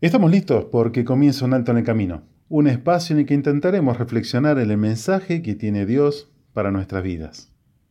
Estamos listos porque comienza un alto en el camino, un espacio en el que intentaremos reflexionar en el mensaje que tiene Dios para nuestras vidas.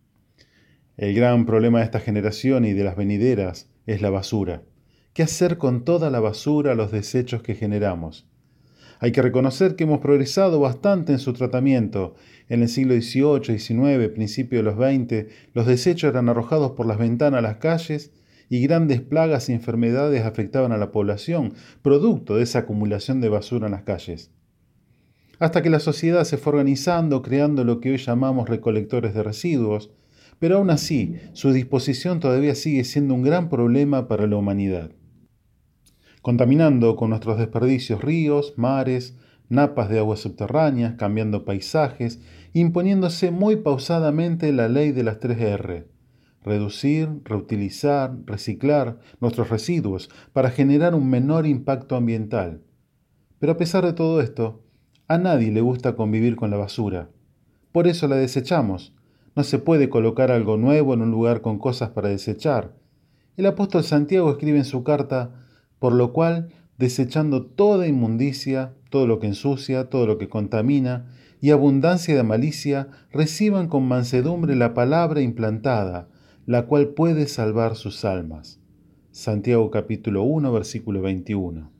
El gran problema de esta generación y de las venideras es la basura. ¿Qué hacer con toda la basura, los desechos que generamos? Hay que reconocer que hemos progresado bastante en su tratamiento. En el siglo XVIII, XIX, principio de los XX, los desechos eran arrojados por las ventanas a las calles y grandes plagas y enfermedades afectaban a la población, producto de esa acumulación de basura en las calles. Hasta que la sociedad se fue organizando, creando lo que hoy llamamos recolectores de residuos, pero aún así, su disposición todavía sigue siendo un gran problema para la humanidad, contaminando con nuestros desperdicios ríos, mares, napas de aguas subterráneas, cambiando paisajes, imponiéndose muy pausadamente la ley de las 3R: reducir, reutilizar, reciclar nuestros residuos para generar un menor impacto ambiental. Pero a pesar de todo esto, a nadie le gusta convivir con la basura. Por eso la desechamos. No se puede colocar algo nuevo en un lugar con cosas para desechar. El apóstol Santiago escribe en su carta: por lo cual, desechando toda inmundicia, todo lo que ensucia, todo lo que contamina, y abundancia de malicia, reciban con mansedumbre la palabra implantada, la cual puede salvar sus almas. Santiago capítulo 1, versículo 21.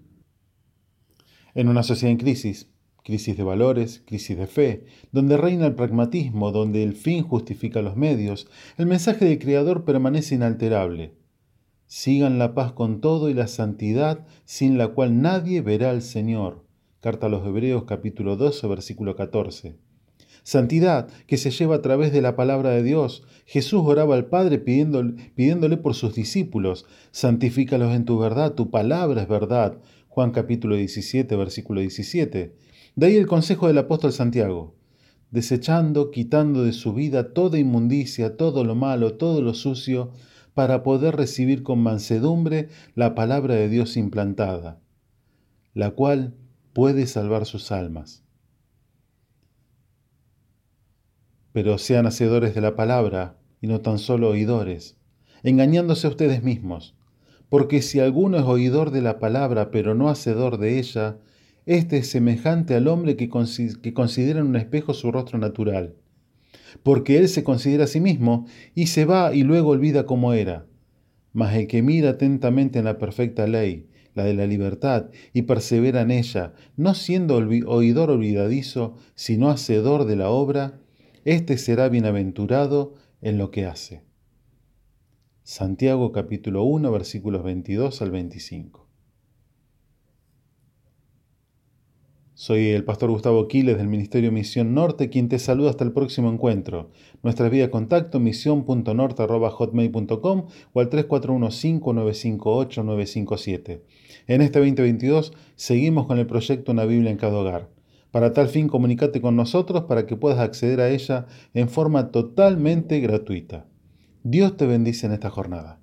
En una sociedad en crisis de valores, crisis de fe, donde reina el pragmatismo, donde el fin justifica los medios, el mensaje del Creador permanece inalterable. Sigan la paz con todo y la santidad, sin la cual nadie verá al Señor. Carta a los Hebreos capítulo 12, versículo 14. Santidad que se lleva a través de la palabra de Dios. Jesús oraba al Padre pidiéndole por sus discípulos: santifícalos en tu verdad, tu palabra es verdad. Juan capítulo 17, versículo 17. De ahí el consejo del apóstol Santiago: desechando, quitando de su vida toda inmundicia, todo lo malo, todo lo sucio, para poder recibir con mansedumbre la palabra de Dios implantada, la cual puede salvar sus almas. Pero sean hacedores de la palabra y no tan solo oidores, engañándose a ustedes mismos, porque si alguno es oidor de la palabra pero no hacedor de ella, éste es semejante al hombre que considera en un espejo su rostro natural, porque él se considera a sí mismo y se va y luego olvida cómo era. Mas el que mira atentamente en la perfecta ley, la de la libertad, y persevera en ella, no siendo oidor olvidadizo, sino hacedor de la obra, éste será bienaventurado en lo que hace. Santiago capítulo 1, versículos 22 al 25. Soy el pastor Gustavo Quiles del Ministerio Misión Norte, quien te saluda hasta el próximo encuentro. Nuestra vía de contacto: misión.norte@hotmail.com o al 3415-958-957. En este 2022 seguimos con el proyecto Una Biblia en cada hogar. Para tal fin, comunícate con nosotros para que puedas acceder a ella en forma totalmente gratuita. Dios te bendice en esta jornada.